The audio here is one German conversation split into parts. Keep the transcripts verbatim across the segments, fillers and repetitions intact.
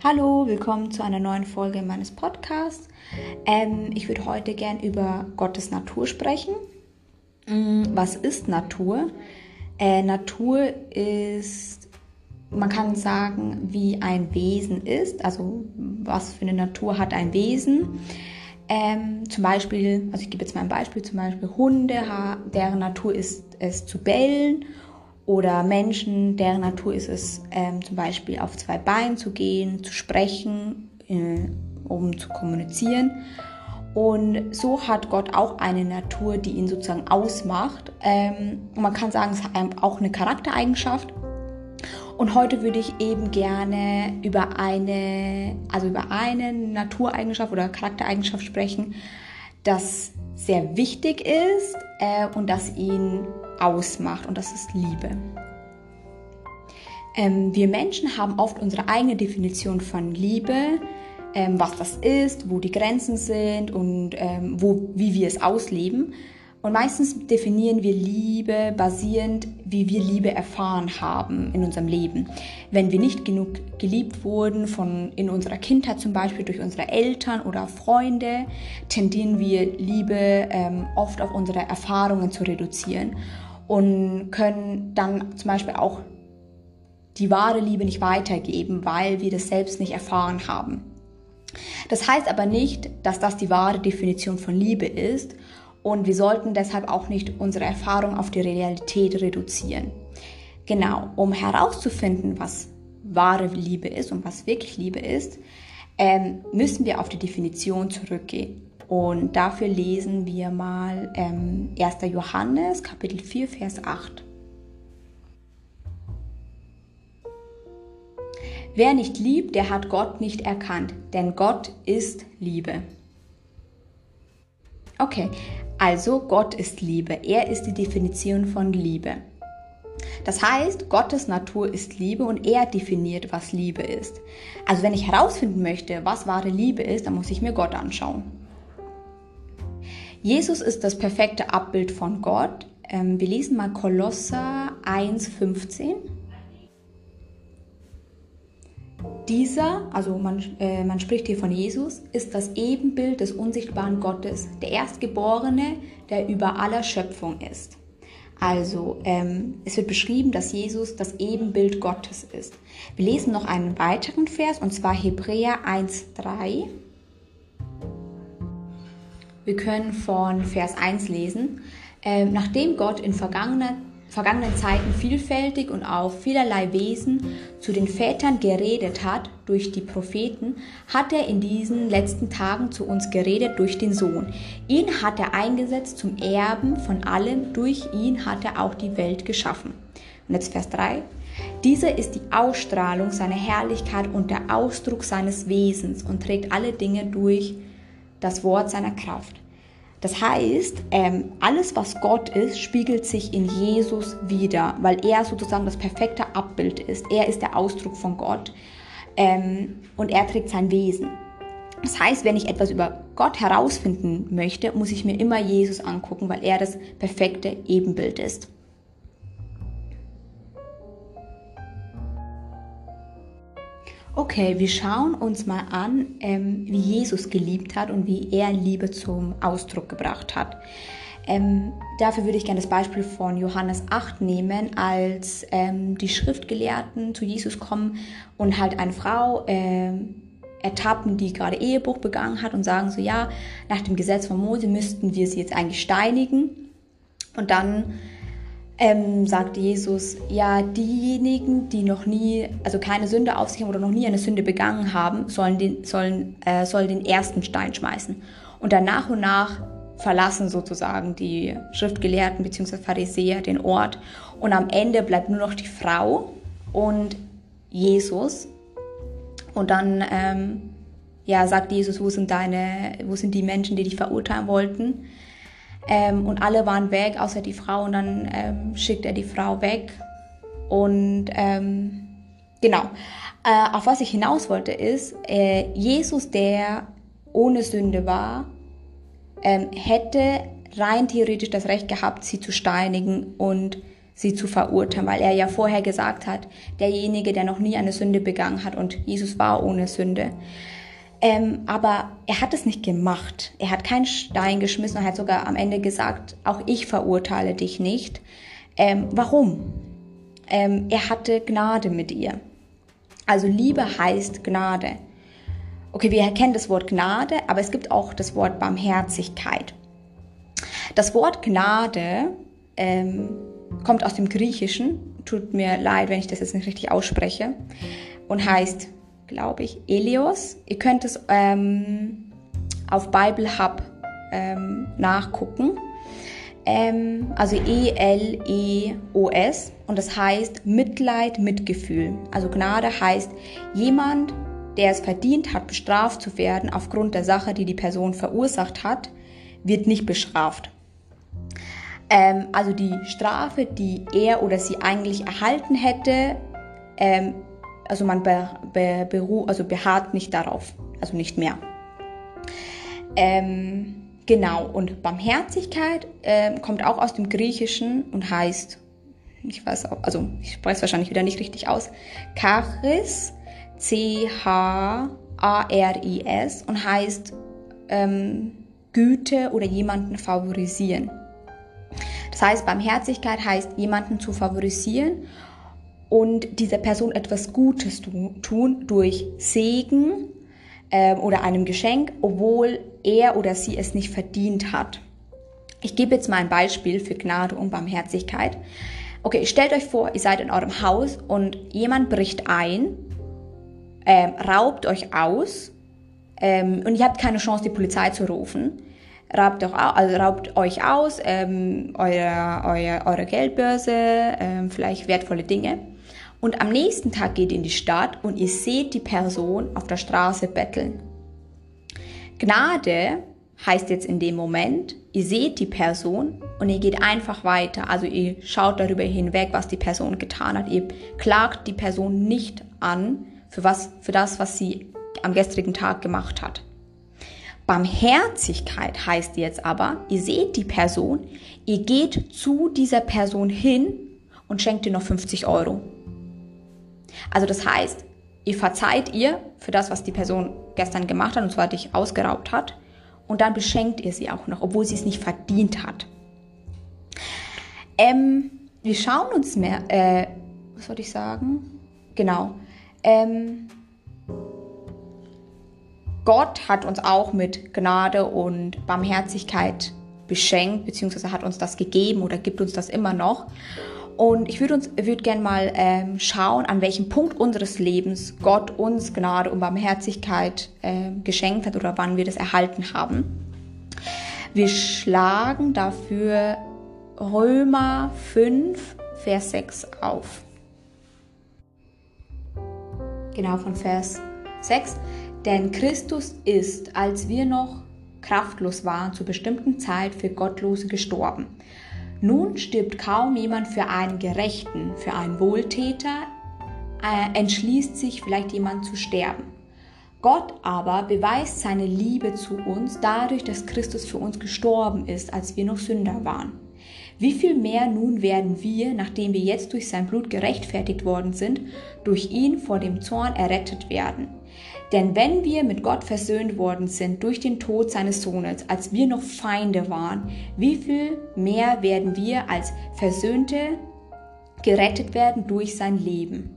Hallo, willkommen zu einer neuen Folge meines Podcasts. Ähm, ich würde heute gern über Gottes Natur sprechen. Was ist Natur? Äh, Natur ist, man kann sagen, wie ein Wesen ist. Also was für eine Natur hat ein Wesen? Ähm, zum Beispiel, also ich gebe jetzt mal ein Beispiel, zum Beispiel Hunde, deren Natur ist es zu bellen. Oder Menschen, deren Natur ist es, ähm, zum Beispiel auf zwei Beinen zu gehen, zu sprechen, äh, um zu kommunizieren. Und so hat Gott auch eine Natur, die ihn sozusagen ausmacht. Ähm, und man kann sagen, es hat auch eine Charaktereigenschaft. Und heute würde ich eben gerne über eine, also über eine Natureigenschaft oder Charaktereigenschaft sprechen, das sehr wichtig ist äh, und das ihn ausmacht, und das ist Liebe. Ähm, wir Menschen haben oft unsere eigene Definition von Liebe, ähm, was das ist, wo die Grenzen sind und ähm, wo, wie wir es ausleben. Und meistens definieren wir Liebe basierend, wie wir Liebe erfahren haben in unserem Leben. Wenn wir nicht genug geliebt wurden, von in unserer Kindheit zum Beispiel durch unsere Eltern oder Freunde, tendieren wir Liebe ähm, oft auf unsere Erfahrungen zu reduzieren und können dann zum Beispiel auch die wahre Liebe nicht weitergeben, weil wir das selbst nicht erfahren haben. Das heißt aber nicht, dass das die wahre Definition von Liebe ist. Und wir sollten deshalb auch nicht unsere Erfahrung auf die Realität reduzieren. Genau, um herauszufinden, was wahre Liebe ist und was wirklich Liebe ist, ähm, müssen wir auf die Definition zurückgehen. Und dafür lesen wir mal ähm, erster Johannes, Kapitel vier, Vers acht. Wer nicht liebt, der hat Gott nicht erkannt, denn Gott ist Liebe. Okay, also Gott ist Liebe. Er ist die Definition von Liebe. Das heißt, Gottes Natur ist Liebe und er definiert, was Liebe ist. Also wenn ich herausfinden möchte, was wahre Liebe ist, dann muss ich mir Gott anschauen. Jesus ist das perfekte Abbild von Gott. Wir lesen mal Kolosser eins, fünfzehn. Dieser, also man, äh, man spricht hier von Jesus, ist das Ebenbild des unsichtbaren Gottes, der Erstgeborene, der über aller Schöpfung ist. Also ähm, es wird beschrieben, dass Jesus das Ebenbild Gottes ist. Wir lesen noch einen weiteren Vers, und zwar Hebräer eins, drei. Wir können von Vers eins lesen. Ähm, nachdem Gott in vergangener vergangenen Zeiten vielfältig und auf vielerlei Wesen zu den Vätern geredet hat durch die Propheten, hat er in diesen letzten Tagen zu uns geredet durch den Sohn. Ihn hat er eingesetzt zum Erben von allem, durch ihn hat er auch die Welt geschaffen. Und jetzt Vers drei. Dieser ist die Ausstrahlung seiner Herrlichkeit und der Ausdruck seines Wesens und trägt alle Dinge durch das Wort seiner Kraft. Das heißt, ähm, alles, was Gott ist, spiegelt sich in Jesus wider, weil er sozusagen das perfekte Abbild ist. Er ist der Ausdruck von Gott ähm, und er trägt sein Wesen. Das heißt, wenn ich etwas über Gott herausfinden möchte, muss ich mir immer Jesus angucken, weil er das perfekte Ebenbild ist. Okay, wir schauen uns mal an, ähm, wie Jesus geliebt hat und wie er Liebe zum Ausdruck gebracht hat. Ähm, dafür würde ich gerne das Beispiel von Johannes acht nehmen, als ähm, die Schriftgelehrten zu Jesus kommen und halt eine Frau ähm, ertappen, die gerade Ehebruch begangen hat und sagen so, ja, nach dem Gesetz von Mose müssten wir sie jetzt eigentlich steinigen. Und dann Ähm, sagt Jesus, ja, diejenigen, die noch nie, also keine Sünde auf sich haben oder noch nie eine Sünde begangen haben, sollen den, sollen, äh, sollen den ersten Stein schmeißen. Und dann nach und nach verlassen sozusagen die Schriftgelehrten bzw. Pharisäer den Ort. Und am Ende bleibt nur noch die Frau und Jesus. Und dann ähm, ja, sagt Jesus, wo sind deine, wo sind die Menschen, die dich verurteilen wollten? Ähm, und alle waren weg, außer die Frau, und dann ähm, schickt er die Frau weg. Und ähm, genau, äh, auf was ich hinaus wollte ist, äh, Jesus, der ohne Sünde war, ähm, hätte rein theoretisch das Recht gehabt, sie zu steinigen und sie zu verurteilen, weil er ja vorher gesagt hat, derjenige, der noch nie eine Sünde begangen hat, und Jesus war ohne Sünde. Ähm, aber er hat es nicht gemacht. Er hat keinen Stein geschmissen und hat sogar am Ende gesagt, auch ich verurteile dich nicht. Ähm, warum? Ähm, er hatte Gnade mit ihr. Also Liebe heißt Gnade. Okay, wir kennen das Wort Gnade, aber es gibt auch das Wort Barmherzigkeit. Das Wort Gnade ähm, kommt aus dem Griechischen, tut mir leid, wenn ich das jetzt nicht richtig ausspreche, und heißt, glaube ich, Eleos. Ihr könnt es ähm, auf Bible Hub ähm, nachgucken. Ähm, also E L E O S, und das heißt Mitleid, Mitgefühl. Also Gnade heißt, jemand, der es verdient hat, bestraft zu werden aufgrund der Sache, die die Person verursacht hat, wird nicht bestraft. Ähm, also die Strafe, die er oder sie eigentlich erhalten hätte, ähm, also man be, be, beru, also beharrt nicht darauf, also nicht mehr. Ähm, genau, und Barmherzigkeit ähm, kommt auch aus dem Griechischen und heißt, ich weiß auch, also ich spreche es wahrscheinlich wieder nicht richtig aus, Charis, C H A R I S, und heißt ähm, Güte oder jemanden favorisieren. Das heißt, Barmherzigkeit heißt, jemanden zu favorisieren und dieser Person etwas Gutes tun durch Segen äh, oder einem Geschenk, obwohl er oder sie es nicht verdient hat. Ich gebe jetzt mal ein Beispiel für Gnade und Barmherzigkeit. Okay, stellt euch vor, ihr seid in eurem Haus und jemand bricht ein, äh, raubt euch aus ähm, und ihr habt keine Chance, die Polizei zu rufen. Raubt, auch, also raubt euch aus, ähm, eure, eure, eure Geldbörse, ähm, vielleicht wertvolle Dinge. Und am nächsten Tag geht ihr in die Stadt und ihr seht die Person auf der Straße betteln. Gnade heißt jetzt in dem Moment, ihr seht die Person und ihr geht einfach weiter. Also ihr schaut darüber hinweg, was die Person getan hat. Ihr klagt die Person nicht an für, was, für das, was sie am gestrigen Tag gemacht hat. Barmherzigkeit heißt jetzt aber, ihr seht die Person, ihr geht zu dieser Person hin und schenkt ihr noch fünfzig Euro. Also das heißt, ihr verzeiht ihr für das, was die Person gestern gemacht hat, und zwar dich ausgeraubt hat, und dann beschenkt ihr sie auch noch, obwohl sie es nicht verdient hat. Ähm, wir schauen uns mehr, äh, was soll ich sagen? Genau. Ähm, Gott hat uns auch mit Gnade und Barmherzigkeit beschenkt, beziehungsweise hat uns das gegeben oder gibt uns das immer noch. Und ich würde uns, würde gerne mal ähm, schauen, an welchem Punkt unseres Lebens Gott uns Gnade und Barmherzigkeit äh, geschenkt hat oder wann wir das erhalten haben. Wir schlagen dafür Römer fünf, Vers sechs auf. Genau, von Vers sechs. Denn Christus ist, als wir noch kraftlos waren, zur bestimmten Zeit für Gottlose gestorben. Nun stirbt kaum jemand für einen Gerechten, für einen Wohltäter, äh, entschließt sich vielleicht jemand zu sterben. Gott aber beweist seine Liebe zu uns dadurch, dass Christus für uns gestorben ist, als wir noch Sünder waren. Wie viel mehr nun werden wir, nachdem wir jetzt durch sein Blut gerechtfertigt worden sind, durch ihn vor dem Zorn errettet werden? Denn wenn wir mit Gott versöhnt worden sind durch den Tod seines Sohnes, als wir noch Feinde waren, wie viel mehr werden wir als Versöhnte gerettet werden durch sein Leben?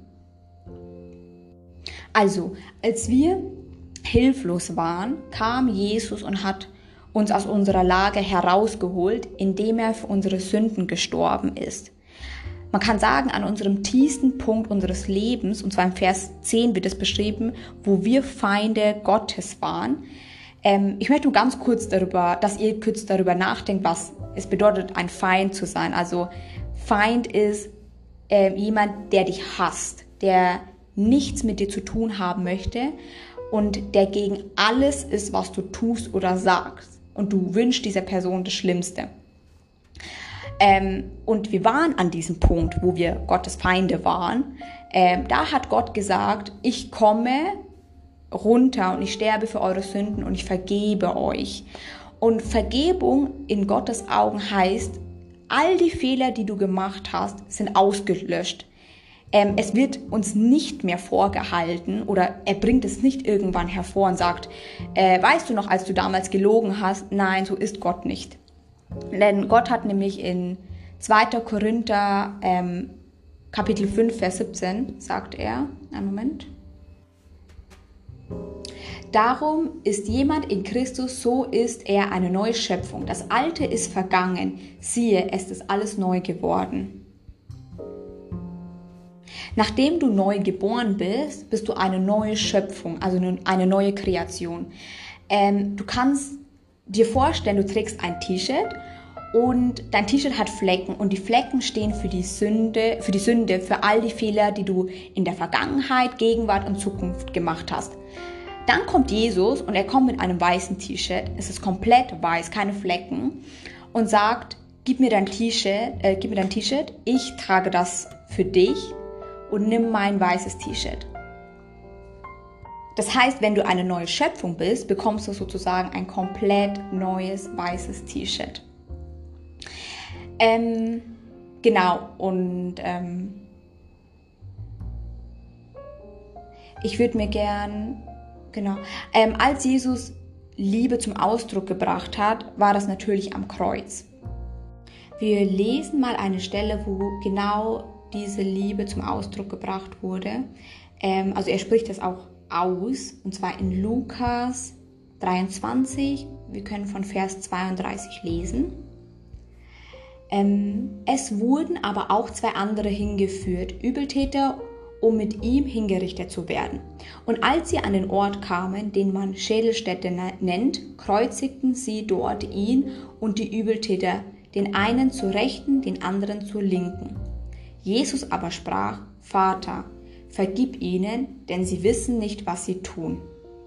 Also, als wir hilflos waren, kam Jesus und hat uns aus unserer Lage herausgeholt, indem er für unsere Sünden gestorben ist. Man kann sagen, an unserem tiefsten Punkt unseres Lebens, und zwar im Vers zehn wird es beschrieben, wo wir Feinde Gottes waren. Ähm, ich möchte nur ganz kurz darüber, dass ihr kurz darüber nachdenkt, was es bedeutet, ein Feind zu sein. Also Feind ist äh, jemand, der dich hasst, der nichts mit dir zu tun haben möchte und der gegen alles ist, was du tust oder sagst. Und du wünschst dieser Person das Schlimmste. Ähm, und wir waren an diesem Punkt, wo wir Gottes Feinde waren. Ähm, da hat Gott gesagt, ich komme runter und ich sterbe für eure Sünden und ich vergebe euch. Und Vergebung in Gottes Augen heißt, all die Fehler, die du gemacht hast, sind ausgelöscht. Ähm, es wird uns nicht mehr vorgehalten oder er bringt es nicht irgendwann hervor und sagt, äh, weißt du noch, als du damals gelogen hast? Nein, so ist Gott nicht. Denn Gott hat nämlich in zweiter Korinther ähm, Kapitel fünf, Vers siebzehn, sagt er, einen Moment. Darum ist jemand in Christus, so ist er eine neue Schöpfung. Das Alte ist vergangen, siehe, es ist alles neu geworden. Nachdem du neu geboren bist, bist du eine neue Schöpfung, also eine neue Kreation. Ähm, du kannst dir vorstellen, du trägst ein T-Shirt und dein T-Shirt hat Flecken und die Flecken stehen für die Sünde, für die Sünde, für all die Fehler, die du in der Vergangenheit, Gegenwart und Zukunft gemacht hast. Dann kommt Jesus und er kommt mit einem weißen T-Shirt, es ist komplett weiß, keine Flecken und sagt, gib mir dein T-Shirt, äh, gib mir dein T-Shirt, ich trage das für dich und nimm mein weißes T-Shirt. Das heißt, wenn du eine neue Schöpfung bist, bekommst du sozusagen ein komplett neues weißes T-Shirt. Ähm, genau, und ähm, ich würde mir gern, genau, ähm, als Jesus Liebe zum Ausdruck gebracht hat, war das natürlich am Kreuz. Wir lesen mal eine Stelle, wo genau diese Liebe zum Ausdruck gebracht wurde. Ähm, also er spricht das auch aus, und zwar in Lukas dreiundzwanzig. Wir können von Vers zweiunddreißig lesen. Ähm, es wurden aber auch zwei andere hingeführt, Übeltäter, um mit ihm hingerichtet zu werden. Und als sie an den Ort kamen, den man Schädelstätte nennt, kreuzigten sie dort ihn und die Übeltäter, den einen zur Rechten, den anderen zur Linken. Jesus aber sprach, Vater, vergib ihnen, denn sie wissen nicht, was sie tun.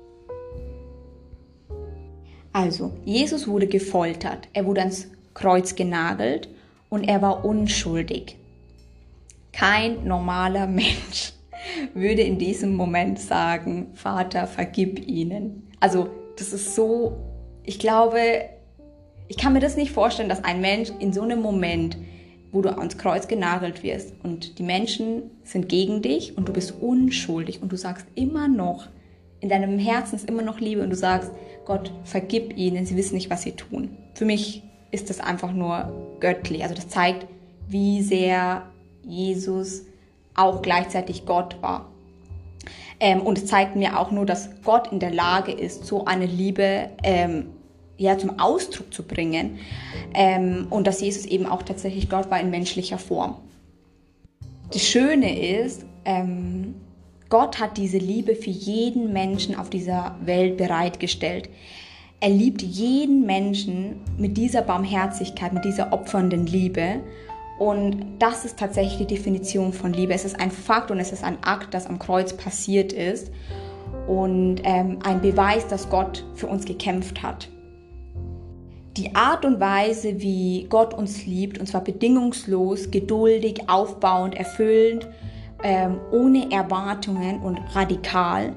Also, Jesus wurde gefoltert, er wurde ans Kreuz genagelt und er war unschuldig. Kein normaler Mensch würde in diesem Moment sagen, Vater, vergib ihnen. Also, das ist so, ich glaube, ich kann mir das nicht vorstellen, dass ein Mensch in so einem Moment, wo du ans Kreuz genagelt wirst und die Menschen sind gegen dich und du bist unschuldig und du sagst immer noch, in deinem Herzen ist immer noch Liebe und du sagst, Gott, vergib ihnen, sie wissen nicht, was sie tun. Für mich ist das einfach nur göttlich. Also das zeigt, wie sehr Jesus auch gleichzeitig Gott war. Ähm, und es zeigt mir auch nur, dass Gott in der Lage ist, so eine Liebe ähm, ja, zum Ausdruck zu bringen ähm, und dass Jesus eben auch tatsächlich Gott war in menschlicher Form. Das Schöne ist, ähm, Gott hat diese Liebe für jeden Menschen auf dieser Welt bereitgestellt. Er liebt jeden Menschen mit dieser Barmherzigkeit, mit dieser opfernden Liebe. Und das ist tatsächlich die Definition von Liebe. Es ist ein Fakt und es ist ein Akt, das am Kreuz passiert ist und ähm, ein Beweis, dass Gott für uns gekämpft hat. Die Art und Weise, wie Gott uns liebt, und zwar bedingungslos, geduldig, aufbauend, erfüllend, ähm, ohne Erwartungen und radikal.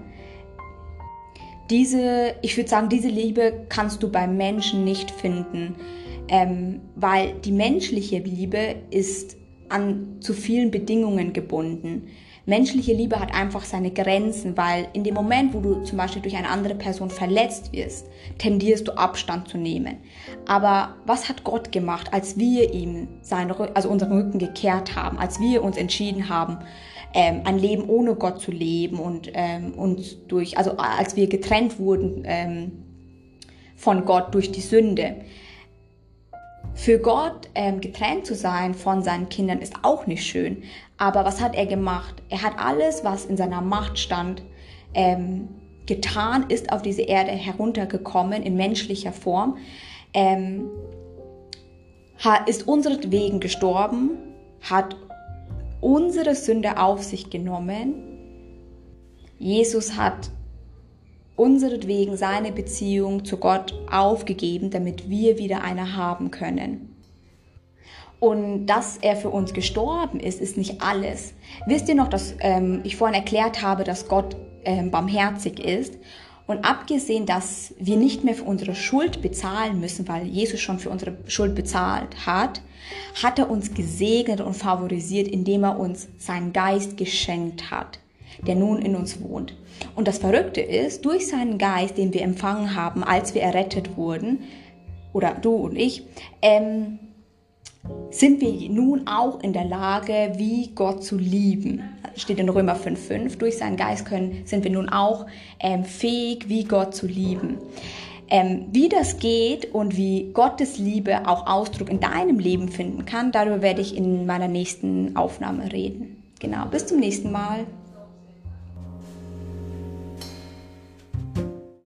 Diese, ich würde sagen, diese Liebe kannst du beim Menschen nicht finden, ähm, weil die menschliche Liebe ist an zu vielen Bedingungen gebunden. Menschliche Liebe hat einfach seine Grenzen, weil in dem Moment, wo du zum Beispiel durch eine andere Person verletzt wirst, tendierst du Abstand zu nehmen. Aber was hat Gott gemacht, als wir ihm seinen, also unseren Rücken gekehrt haben, als wir uns entschieden haben, ähm, ein Leben ohne Gott zu leben und ähm, uns durch, also als wir getrennt wurden ähm, von Gott durch die Sünde. Für Gott ähm, getrennt zu sein von seinen Kindern ist auch nicht schön. Aber was hat er gemacht? Er hat alles, was in seiner Macht stand, ähm, getan, ist auf diese Erde heruntergekommen in menschlicher Form, ähm, ist unseretwegen gestorben, hat unsere Sünde auf sich genommen. Jesus hat unseretwegen seine Beziehung zu Gott aufgegeben, damit wir wieder eine haben können. Und dass er für uns gestorben ist, ist nicht alles. Wisst ihr noch, dass ähm, ich vorhin erklärt habe, dass Gott ähm, barmherzig ist? Und abgesehen, dass wir nicht mehr für unsere Schuld bezahlen müssen, weil Jesus schon für unsere Schuld bezahlt hat, hat er uns gesegnet und favorisiert, indem er uns seinen Geist geschenkt hat, der nun in uns wohnt. Und das Verrückte ist, durch seinen Geist, den wir empfangen haben, als wir errettet wurden, oder du und ich, ähm, sind wir nun auch in der Lage, wie Gott zu lieben. Das steht in Römer fünf fünf. Durch seinen Geist können, sind wir nun auch ähm, fähig, wie Gott zu lieben. Ähm, wie das geht und wie Gottes Liebe auch Ausdruck in deinem Leben finden kann, darüber werde ich in meiner nächsten Aufnahme reden. Genau, bis zum nächsten Mal.